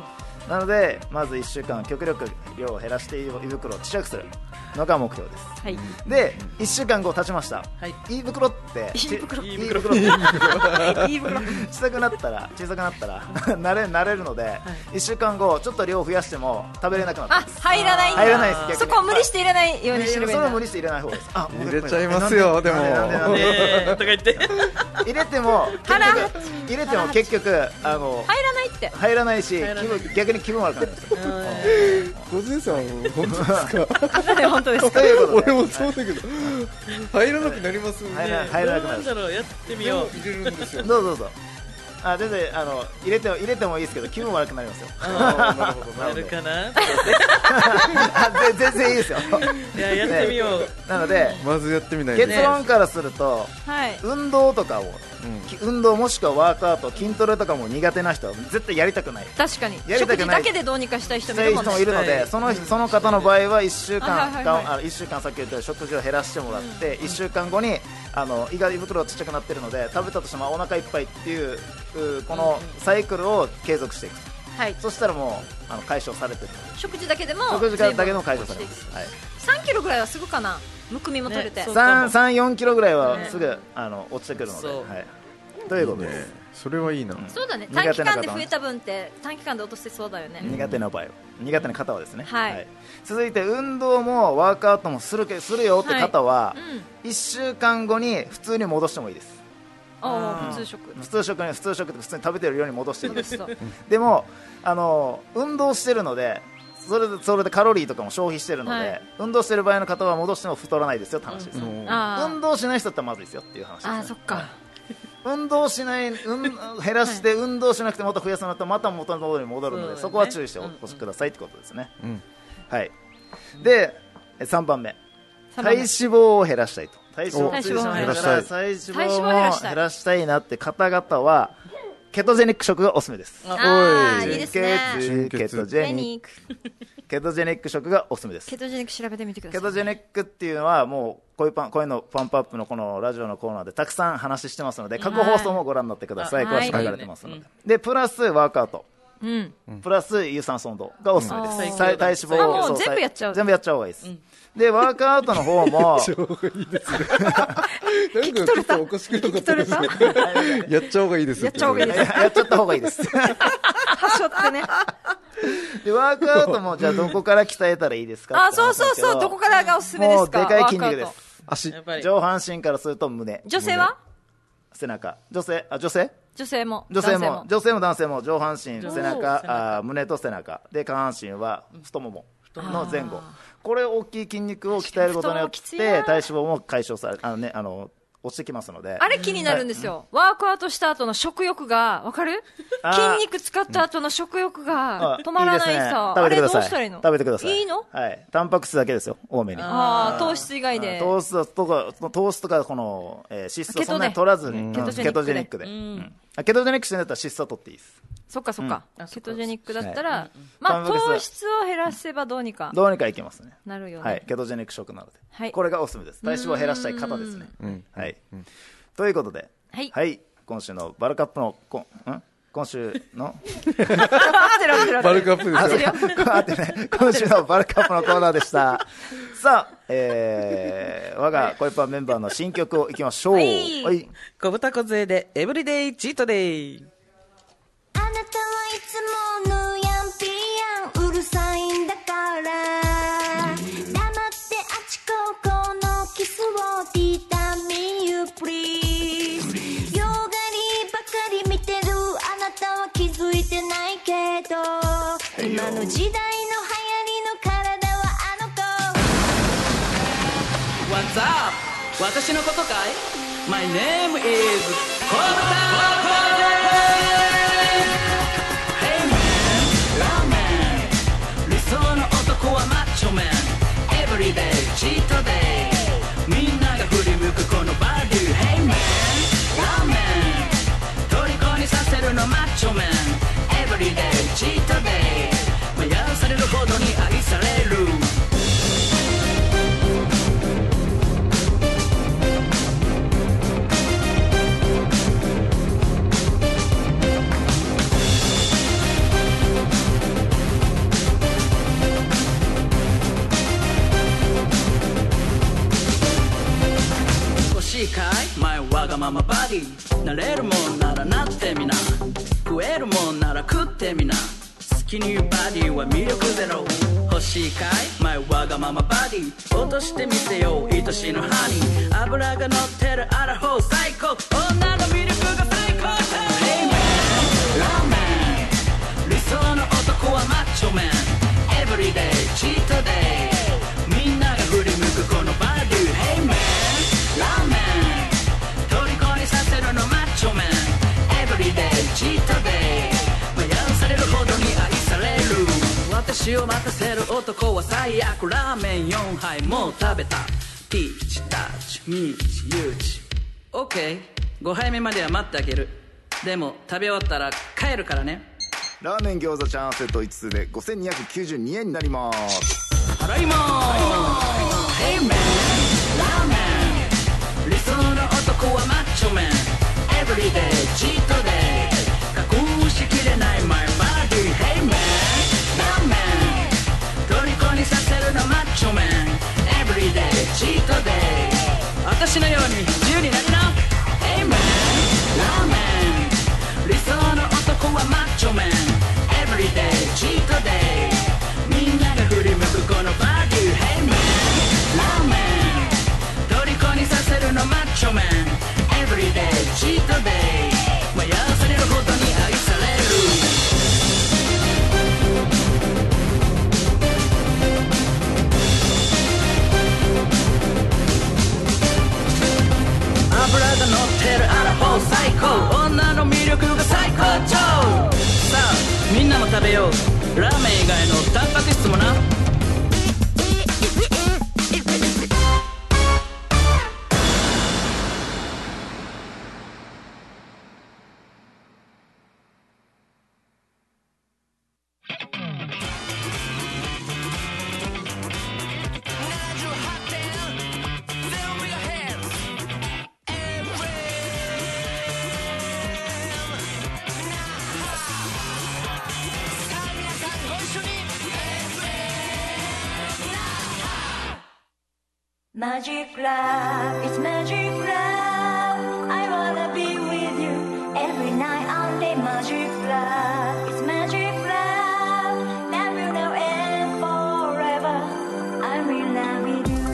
なのでまずいっしゅうかん極力量を減らして胃袋を小さくするのが目標です。 はい。 でいっしゅうかんご経ちました、 はい、 胃袋って胃袋胃袋胃袋小さくなったら小さくなったら慣れ慣れるので、はい、いっしゅうかんごちょっと量を増やしても食べれなくなってます。 あ、入らないんだ。 入らないです。逆にそこは無理して入れないようにしてればいいんだ。 それは無理して入れない方がいいです。あ、 入れちゃいますよ。でもなんでなんでえーとか言って入れても結局入れても結局あの入らないって入らないし入らない気分逆に気分悪くなるんですよ。 小杉さん本当ですか？ 本当ですか？ ということで俺もそうだけど入らなくなります。 入ら入らなくなる。 どうなんだろう、やってみよう。 入れるんですよ。 どうぞどうぞ。あ、全然あの入れても入れてもいいですけど気分悪くなりますよ。 あーなるほどなるかなあぜ全然いいですよ。 いや、やってみよう、 ねなのでまずやってみないと結論からすると、 はい。 運動とかを、 うんき運動もしくはワークアウト筋トレとかも苦手な人は絶対やりたくない。 確かにやりたくない食事だけでどうにかしたい人もいそういうるもんね。 人もいるので、 はいそのその方の場合はいっしゅうかん、 はいはいはいはいあいっしゅうかんさっき言ったように食事を減らしてもらって、いっしゅうかんごにあの胃が胃袋がちっちゃくなってるので食べたとしてもお腹いっぱいっていううこのサイクルを継続していく。 はい。 そしたらもうあの解消されてる。 食事だけでも食事だけでも解消されます。はい。 さんキロぐらいはすぐかな。むくみも取れて。 ねそう三三四キロぐらいはねすぐ、あの落ちてくるので、 そうはい。ということです。 いいねそれはいいな。 そうだね。 苦手な方は短期間で増えた分って短期間で落とせそうだよね。 苦手な場合は、苦手な方はですね。 はい続いて運動もワークアウトもするけするよって方は、 うん。 いっしゅうかんごに普通に戻してもいいです。 ああ、普通食。 普通食に普通食って普通に食べてるように戻していいです。 そう。 でもあの運動してるので。それでそれでカロリーとかも消費してるので、 はい運動してる場合の方は戻しても太らないですよって話です。 うんあ運動しない人だったらまずいですよっていう話です、ね。 あ。ああ、そっか。 運動しない、うん、減らして運動しなくてもっと増やすのとまた元の通りに戻るので、 そうだねそこは注意してお越しくださいってことですね。 うんはい。でさんばんめ、 三番目体脂肪を減らしたいと。体脂肪を体脂肪を減らし減らしたたい。 い体脂肪を減らしたいなって方々はケトジェニック食がおすすめです。 ああ、 おいいいですね。 純血ケトジェニッニック。 クケトジェニック食がおすすめです。 ケトジェニック調べてみてください。 ケトジェニックっていうのはもうこういうパンこういうのパンプアップのこのラジオのコーナーでたくさん話してますので過去放送もご覧になってください。 はい詳しく書かれてますので、でプラスワークアウトうん。 プラス有酸素運動がおすすめです。 うん体体脂肪あもうそう全部やっちゃう全部やっちゃう方がいいです。でワークアウトの方もちょうどいいですね。なんかちょっとおかしくなかったですね。やっちゃおうがいいです。 やっちゃおうがいいですややっちゃった方がいいです。 はしょってね。 でワークアウトもじゃあどこから鍛えたらいいですかあ、 ってそうそう話ですけどそう。どこからがおすすめですか？ もうでかい筋肉でワークアウト。 す。 足やっぱり上半身からすると胸、 女性は？ 背中、女性あ女性女性も。 女性男も女性も男性も上半身背お中ーあー胸と背中で下半身は太ももの前後、これ大きい筋肉を鍛えることによっ太ももきついなて体脂肪も解消されあのねあの落ちてきますので、 あれ気になるんですよ。ワークアウトした後の食欲が、わかる？ あー筋肉使った後の食欲があ止まらないいですねさ。あれどう食べてくださいしたらいいの？ 食べてください。 いいの？ はい、タンパク質だけですよ多めに。 ああ、糖質以外で。 糖質とか糖質とかこの、えー脂質をケトでそんなに取らずに、うんケトジェニックでケトジェニックで、うんあケトジェニックしてんだったら脂質は取っていいです。 そっかそっかうん。 ケトジェニックだったら、 はまあタンパク質は糖質を減らせばどうにかどうにかいけますね。 なるよね。 はい、ケトジェニック食なので、 はいこれがおすすめです。体脂肪を減らしたい方ですね。 うんはい、ということで、 はい今週のバルカップのこんん今週の合ってる合ってる合ってる。 バルクアップですよ。 あそうあってね、今週のバルカップのコーナーでした。さあ、えー、我が恋パンメンバーの新曲をいきましょう。 はいはい小豚小杖でエブリデイチートデイ。 あなたはいつもぬやんぴやんうるさいんだから黙ってあちここのキスをティータミユプリーズよがりばかり見てるあなたは気づいてないけど今の時代の流行りの体はあの子 What's up? 私のことかい ?My name is 小豚小杖 Hey man, Ramen 理想の男はマッチョマン Everyday, cheat day みんなが振り向くこのバデュ Hey man, Ramen 虜にさせるのマッチョマン Everyday, cheat day 迷わされるほどに愛されるマイわがままバディなれるもんならなってみな食えるもんなら食ってみな好きに言うバディは魅力ゼロ欲しいかいマイわがままバディ落としてみせよ愛しのハニー脂が乗ってるアラフォー最高女の魅力が最高 Hey man ラーメン理想の男はマッチョメン Everyday チートデイみんなが振り向くこのバディ Hey man ラーメン虜にさせるのマッチョメン Everyday チートデイ迷わされるほどに愛される私を待たせる男は最悪ラーメンよんはいもう食べたピーチタッチミーチユーチ OK ごはいめまでは待ってあげるでも食べ終わったら帰るからねラーメン餃子チャーハンセットいつつでごせんにひゃくきゅうじゅうにえんになります。 払いまーす Hey man ラーメン理想の男はマッチョメン Everyday チートデイ隠しきれない My body Hey man ラーメン虜にさせるのマッチョメン Everyday チートデイ私のように自由になりな Hey man ラーメン理想の男はマッチョメン Everyday チートデイみんなが振り向くこのバディ Hey man ラーメン虜にさせるのマッチョメン Everyday チートデイ迷わされるほどに愛される脂が乗ってるアラフォー最高女の魅力が最高潮さあみんなも食べようラーメン以外のタンパク質もな Magic love, it's magic love. I wanna be with you every night all day. Magic love, it's magic love. Love you now and forever. I'm in love with you.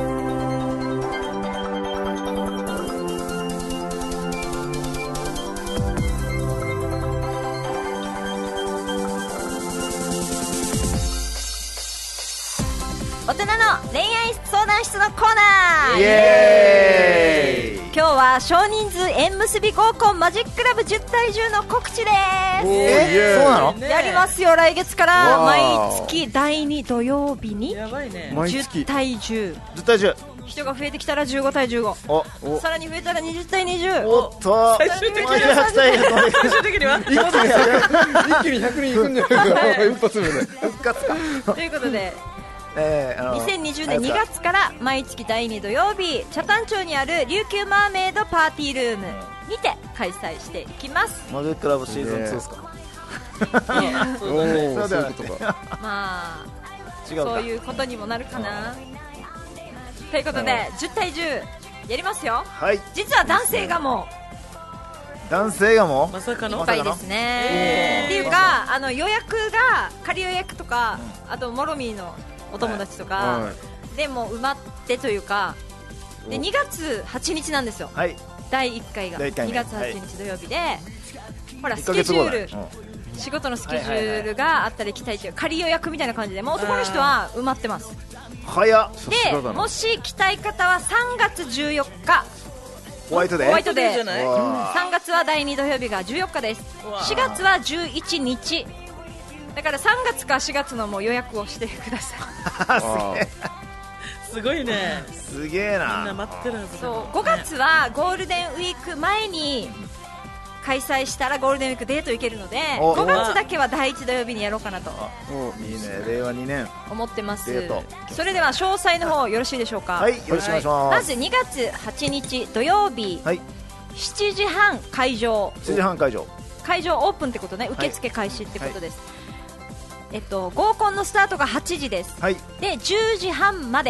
大人の恋愛相談室のコーナーイエーイ今日は少人数縁結び合コンマジックラブじゅったいじゅうの告知ですえそうなのねやりますよ来月からわ毎ー月だいに土曜日にやばいねじゅっ毎月たいじゅうじゅったいじゅう人が増えてきたらじゅうごたいじゅうごおおさらに増えたらにじゅったいにじゅうおっと最終的にマジではちたいが飛んで最終的には一気にひゃくにんいくんじゃないか一発目で復活かということでえーあのにせんにじゅうねんにがつから毎月だいに土曜日北谷町にある琉球マーメイドパーティールームにて開催していきますマジックラブシーズンツーですかおーそういうことかまあ違うかそういうことにもなるかなということでじゅったいじゅうやりますよはい実は男性がも男性がもまさかのういっぱいですねっていうかあの予約が仮予約とかあとモロミーのお友達とか、 はでもう埋まってというかでにがつはちにちなんですよはいだいいっかいがだいいっかいめにがつはちにち土曜日で、ほら 1 スヶケジュール月後だね仕事のスケジュールがあったり行きたいという仮予約みたいな感じでもう男の人は埋まってますうん早っさすでがだなもし来たい方はさんがつじゅうよっかホワイトデーホワイトデーじゃないわさんがつはだいに土曜日がじゅうよっかですうわしがつはじゅういちにちだからさんがつかしがつのもう予約をしてくださいあすごいねすげえみんなな待ってるはずだそうごがつはゴールデンウィーク前に開催したらゴールデンウィークデート行けるのでおごがつだけはだいいち土曜日にやろうかなとおいいねれいわにねん思ってますデートそれでは詳細の方よろしいでしょうかはいよろしくお願いしまますずにがつはちにち土曜日はいしちじはん会場しちじはん会場会場オープンってことね受付開始ってことです、えっと合コンのスタートがはちじですはいでじゅうじはんまで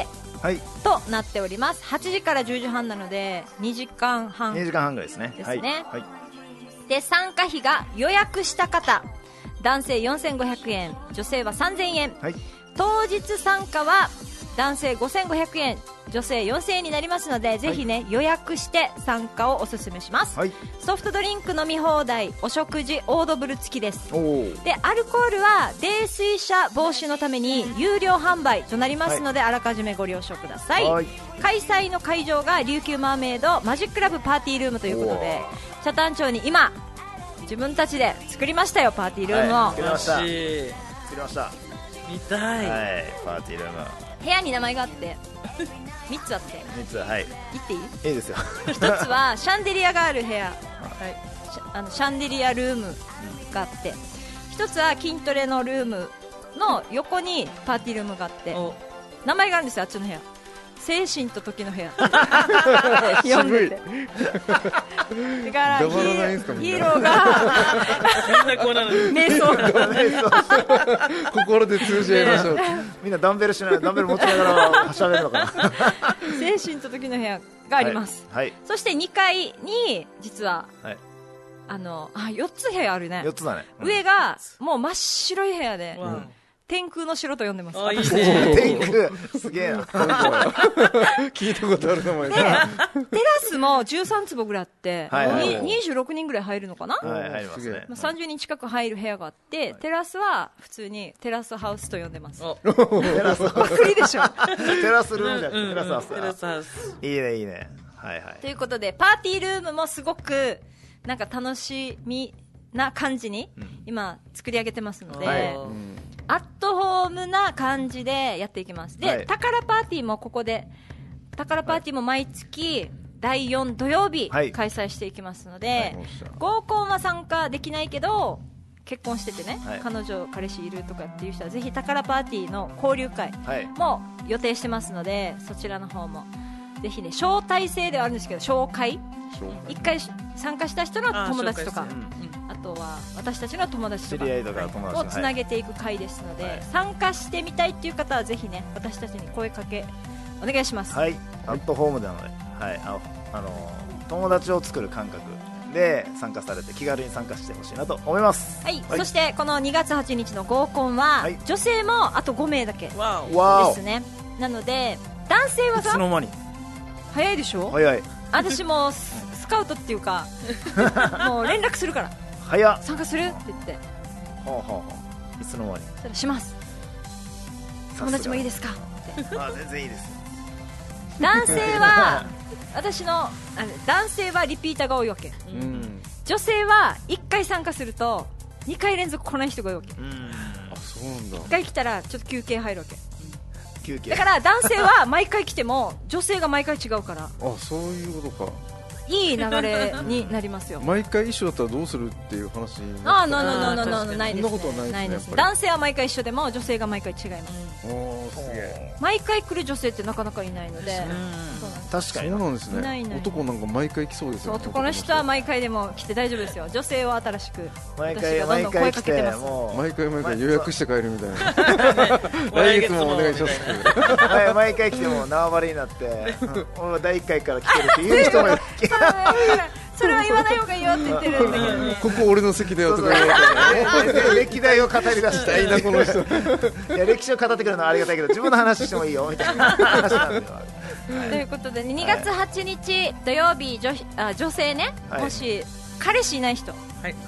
はいとなっております。はちじからじゅうじはんなのでにじかんはんにじかんはんぐらいですね。 ですねはい、はいで、参加費が予約した方男性よんせんごひゃくえん、女性はさんぜんえん、 はい、 当日参加は男性ごせんごひゃくえん、女性よんせんえんになりますので、ぜひね、予約して参加をおすすめします、 はい、 ソフトドリンク飲み放題、お食事オードブル付きです。 おーで、アルコールは泥酔者防止のために有料販売となりますので、あらかじめご了承ください。 はい、 開催の会場が琉球マーメイドマジックラブパーティールームということで、北谷町に今自分たちで作りましたよ、パーティールームを、 はい、作りました楽しい作りましたは見たい、 い、パーティールーム部屋に名前があってみっつあってみっつ、はい、 言っていい？ いいですよひとつはシャンデリアがある部屋、はい、シャあのシャンデリアルームがあって、ひとつは筋トレのルームの横にパーティールームがあって、 お名前があるんですよ、あっちの部屋、精神と時の部屋読んでてだからヒ黙らないんすかーみんなヒーローがみんなこうなの瞑想心で通じ合いましょう。 みんなダンベルしないダンベル持ちながら喋るのかな精神と時の部屋があります、 はい、はい、 そしてにかいに実は、 はい、 あのあよっつ部屋あるね、 よっつだね、うん、 上がもう真っ白い部屋で、 わあ天空の城と呼んでます。 あいい私ね天空すげえな聞いたことある名前で、 だ。 テラスもじゅうさんつぼぐらいあって、 はいはいはいににじゅうろくにんぐらい入るのかな、 はい、入りますね、 まあ、さんじゅうにん近く入る部屋があって、テラスは普通にテラスハウスと呼んでます。 おテラスハウスいいでしょテラスルームじゃなくてテラスハウス、 テラスハウスいいねいいね、はいはいということで、パーティールームもすごくなんか楽しみな感じに今作り上げてますので、 はいアットホームな感じでやっていきます。で、 はい、 宝パーティーもここで宝パーティーも毎月だいよん土曜日開催していきますので、はい、合コンは参加できないけど結婚しててね、はい、彼女彼氏いるとかっていう人はぜひ宝パーティーの交流会も予定してますので、そちらの方もぜひね、招待制ではあるんですけど紹介一回参加した人の友達とか、あとは私たちの友達とかをつなげていく会ですので、はい、参加してみたいっていう方はぜひね、私たちに声かけお願いします。 はい、アットホームなので、はい、ああの友達を作る感覚で参加されて気軽に参加してほしいなと思います。 はい、はい、そしてこのにがつはちにちの合コンは、はい、女性もあとごめいだけですね。なので男性はさ、いつの間に早いでしょ。早い。私もスカウトっていうかもう連絡するから早っ参加するって言って、 はあはあはあ、いつの間にそれします。友達もいいですかって。 あ、全然いいです。 男性は私のあの男性はリピーターが多いわけ、うん、女性はいっかい参加するとにかい連続来ない人が多いわけ、うん、 あ、そうなんだ。 いっかい来たらちょっと休憩入るわけ、 休憩だから男性は毎回来ても女性が毎回違うからあ、そういうことか。 いい流れになりますよ。 毎回一緒だったらどうするっていう話になって、あ、ノーノーノーノーノーないですね。 そんなことはないですね。 ないです。男性は毎回一緒でも女性が毎回違います、 うん、おー、すげえ。 毎回来る女性ってなかなかいないので、 確かにそうなんですね。 いないいない。 男なんか毎回来そうですよね。 男の人は毎回でも来て大丈夫ですよ。女性は新しく毎回私がどんどん声かけてます。 毎回毎回予約して帰るみたいな来月もお願いします毎, 毎回来ても縄張りになって、うん、俺はだいいっかいから来てるっていう人もいるそれは言わない方がいいよって言ってるんだけどね。 ここ俺の席だよとか言われて歴代を語り出したいなこの人いや歴史を語ってくるのはありがたいけど自分の話してもいいよみたいな話なんでは、 はい、ということでにがつはちにち土曜日 女, あ女性ね、はい、もし彼氏いない人、はい、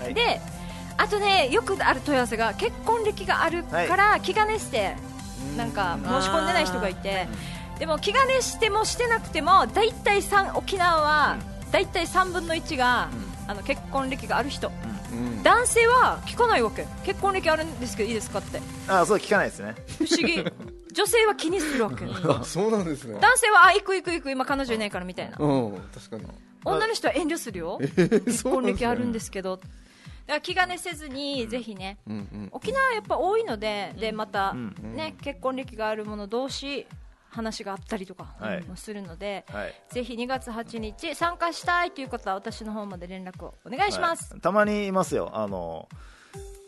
であとねよくある問い合わせが結婚歴があるから気兼ねしてなんか申し込んでない人がいて、でも気兼ねしてもしてなくてもだいたい沖縄はだいたいさんぶんのいちが、うん、あの結婚歴がある人、うん、男性は聞かないわけ。結婚歴あるんですけどいいですかって。 ああ、そう聞かないですね。 不思議女性は気にするわけあ、そうなんですね。 男性はあ行く行く行く今彼女いないからみたいな、 うん、確かに女の人は遠慮するよ、えー、結婚歴あるんですけど、だから気兼ねせずに、うん、ぜひね、うんうん、沖縄はやっぱ多いので、でまた、うん、ね、結婚歴がある者同士話があったりとかもするので、はいはい、ぜひにがつはちにち参加したいという方は私の方まで連絡をお願いします、 はい、たまにいますよ。あの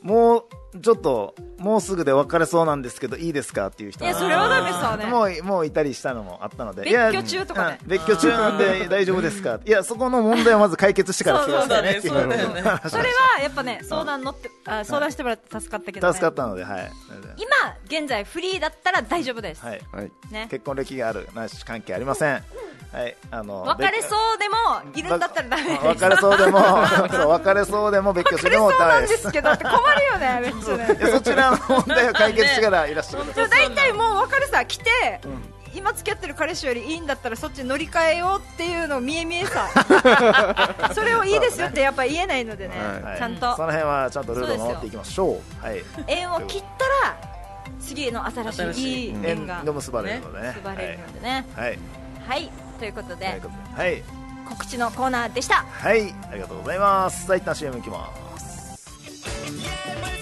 もうちょっともうすぐで別れそうなんですけどいいですかっていう人いやそれはダメさね。 もうもういたりしたのもあったので、 別居中とかね、 別居中なんで大丈夫ですかいやそこの問題をまず解決してから来てくださいね。 そうだねそうだよねそれはやっぱね相談乗ってあ相談してもらって助かったけどね。 助かったので、はい、 今現在フリーだったら大丈夫です、 はいはいね、 結婚歴があるなし関係ありません。はい、あの別れそうでもいるんだったらダメです。 別れそうでもそう別れそうでも別居中でもそうなんでダメです。 すけどって困るよねめっちゃね。 いやそちらの問題を解決してからいらっしゃる。 でも大体もう別れさ来て、今付き合ってる彼氏よりいいんだったらそっち乗り換えようっていうのを見え見えさそれをいいですよってやっぱ言えないのでね、 はいちゃんとその辺はちゃんとルールを守っていきましょう。はい、 縁を切ったら次の新しいいい縁が縁が結ばれるのでね。 結ばれるのでね。 はい、 はいということでということではい告知のコーナーでした。 はいありがとうございます。さあ一旦 シーエム いきます。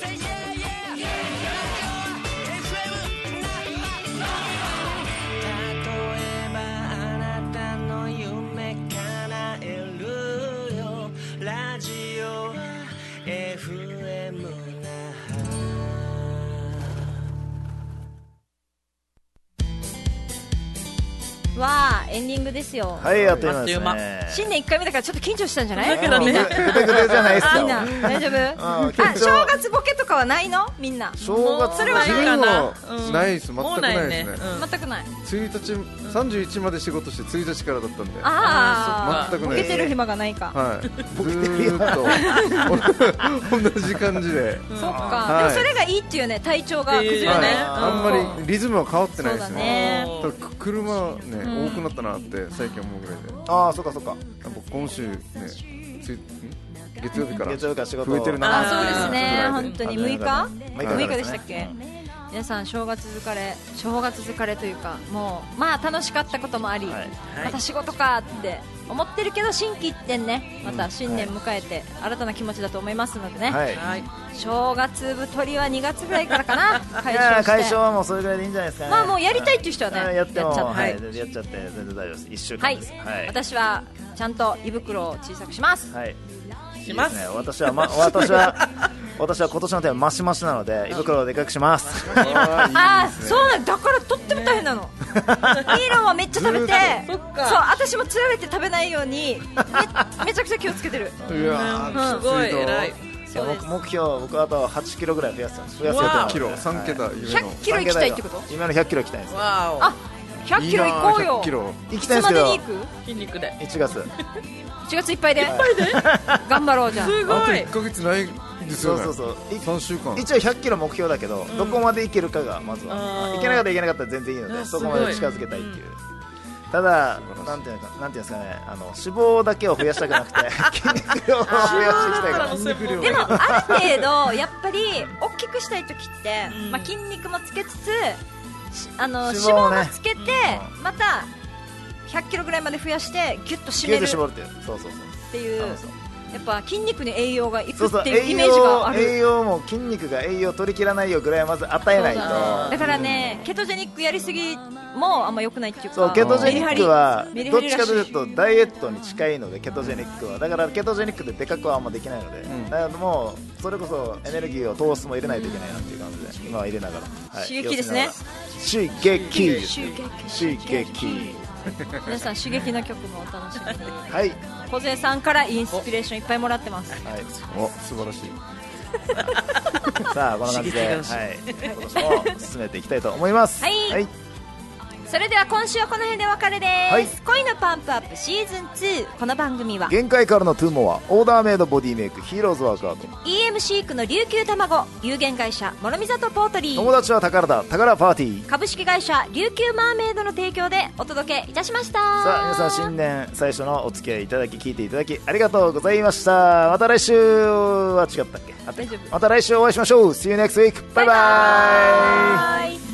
わあエンディングですよ。 はいあっという間ですあっという間ね。 新年いっかいめだからちょっと緊張したんじゃないだけどねみんなグテグテじゃないですみんなよ。 大丈夫うんあ緊張正月ボケとかはないのみんな正月それはないかな、 自分はないです全くもうないですねうん全くない。 ついたちさんじゅういちまで仕事してついたちからだったんでああ全くないボケてる暇がないか、 はいずーっと同じ感じでそっか、 はいでもそれがいいっていうね体調が崩れはないい、 あんまりリズムは変わってないですそうだねただく車ね、 ん多くなったなって最近思うぐらいでああそっかそっか。 やっぱ今週ねついん月曜日から月曜日から仕事増えてるなあそうですねぐらい本当にむいかはいむいかでしたっけ、皆さん正月疲れ正月疲れというかもうまあ楽しかったこともあり、 はいまた仕事かって思ってるけど心機一転ねまた新年迎えて新たな気持ちだと思いますのでね、 はい。 はい正月太りはにがつぐらいからかな解いや消して解消はもうそれぐらいでいいんじゃないですかね。 まあもうやりたいっていう人はねあやってもやっちゃって、 はいやっちゃって全然大丈夫です。一週はい間です。はい。 私はちゃんと胃袋を小さくします。 はい。 しますいいですね。私はま私は私は今年のテーママシマシなので胃袋をでかくします。 あーいいですねああそうなんだからとっても大変なの、ミーロンはめっちゃ食べてそっかそう私もつられて食べないようにめめちゃくちゃ気をつけてる。 いやーすごいきつと偉い。 そうです目標僕あとはちキロぐらい増やす増やす予定なのでキロさん桁夢ひゃのくキロ行きたいってこと？ 今のひゃっキロ行きたいんですよ。 わおあひゃっキロ行こうよ。 いいなーひゃっキロ行きいたいんですけどつまでに行く？ 筋肉でいちがつ。 いちがついっぱいで頑張ろうじゃん。 すごあといいっかげつないですよねそうそうそういさんしゅうかん一応ひゃっキロ目標だけど、どこまでいけるかがまずはあーいけなかったらいけなかったら全然いいのあでそすごいこまで近づけたいっていう、ただなんていうのかなんていうんですかねあの脂肪だけを増やしたくなくて筋肉量を増やしていきたいから筋肉量でもある程度やっぱり大きくしたい時って、 うんまあ、筋肉もつけつつしあの脂脂肪をね肪もつけて、 うまたひゃっキロぐらいまで増やしてギュッと締ギュめるッと絞るっていうそうそうそうっていうそうそうやっぱ筋肉に栄養がいくそうそうっていうイ栄メージがあ養栄る。 養も筋肉が栄養取り切らないよぐらいまず与えないとそうだねだからねケトジェニックやりすぎもあんま良くないっていうかそうケトジェニックはメリどっハリメリハリちかというとダイエットに近いのでケトジェニックはだからケトジェニックででかくはあんまできないので、 んだからもうそれこそエネルギーを糖質も入れないといけないなっていう感じで今は入れながら、はい、 刺激ですね刺激です刺激刺激皆さん刺激の曲もお楽しみに。 はい小勢さんからインスピレーションいっぱいもらってます。 はいお素晴らしいさあこんな感じで、はい、今年も進めていきたいと思いますはいはい、 それでは今週はこの辺でお別れです、 はい恋のパンプアップシーズンツー。この番組は限界からのトゥーモアオーダーメイドボディメイクヒーローズワークアウトイーエム シークの琉球卵有限会社諸見里ポートリ友ー達は宝だ宝パーティー。 株式会社琉球マーメイドの提供でお届けいたしました。 さあ皆さん新年最初のお付き合いいただき聞いていただきありがとうございました。また来週は違ったっけあった大丈夫また来週お会いしましょう。 See you next week バイバイ。 バイバイ。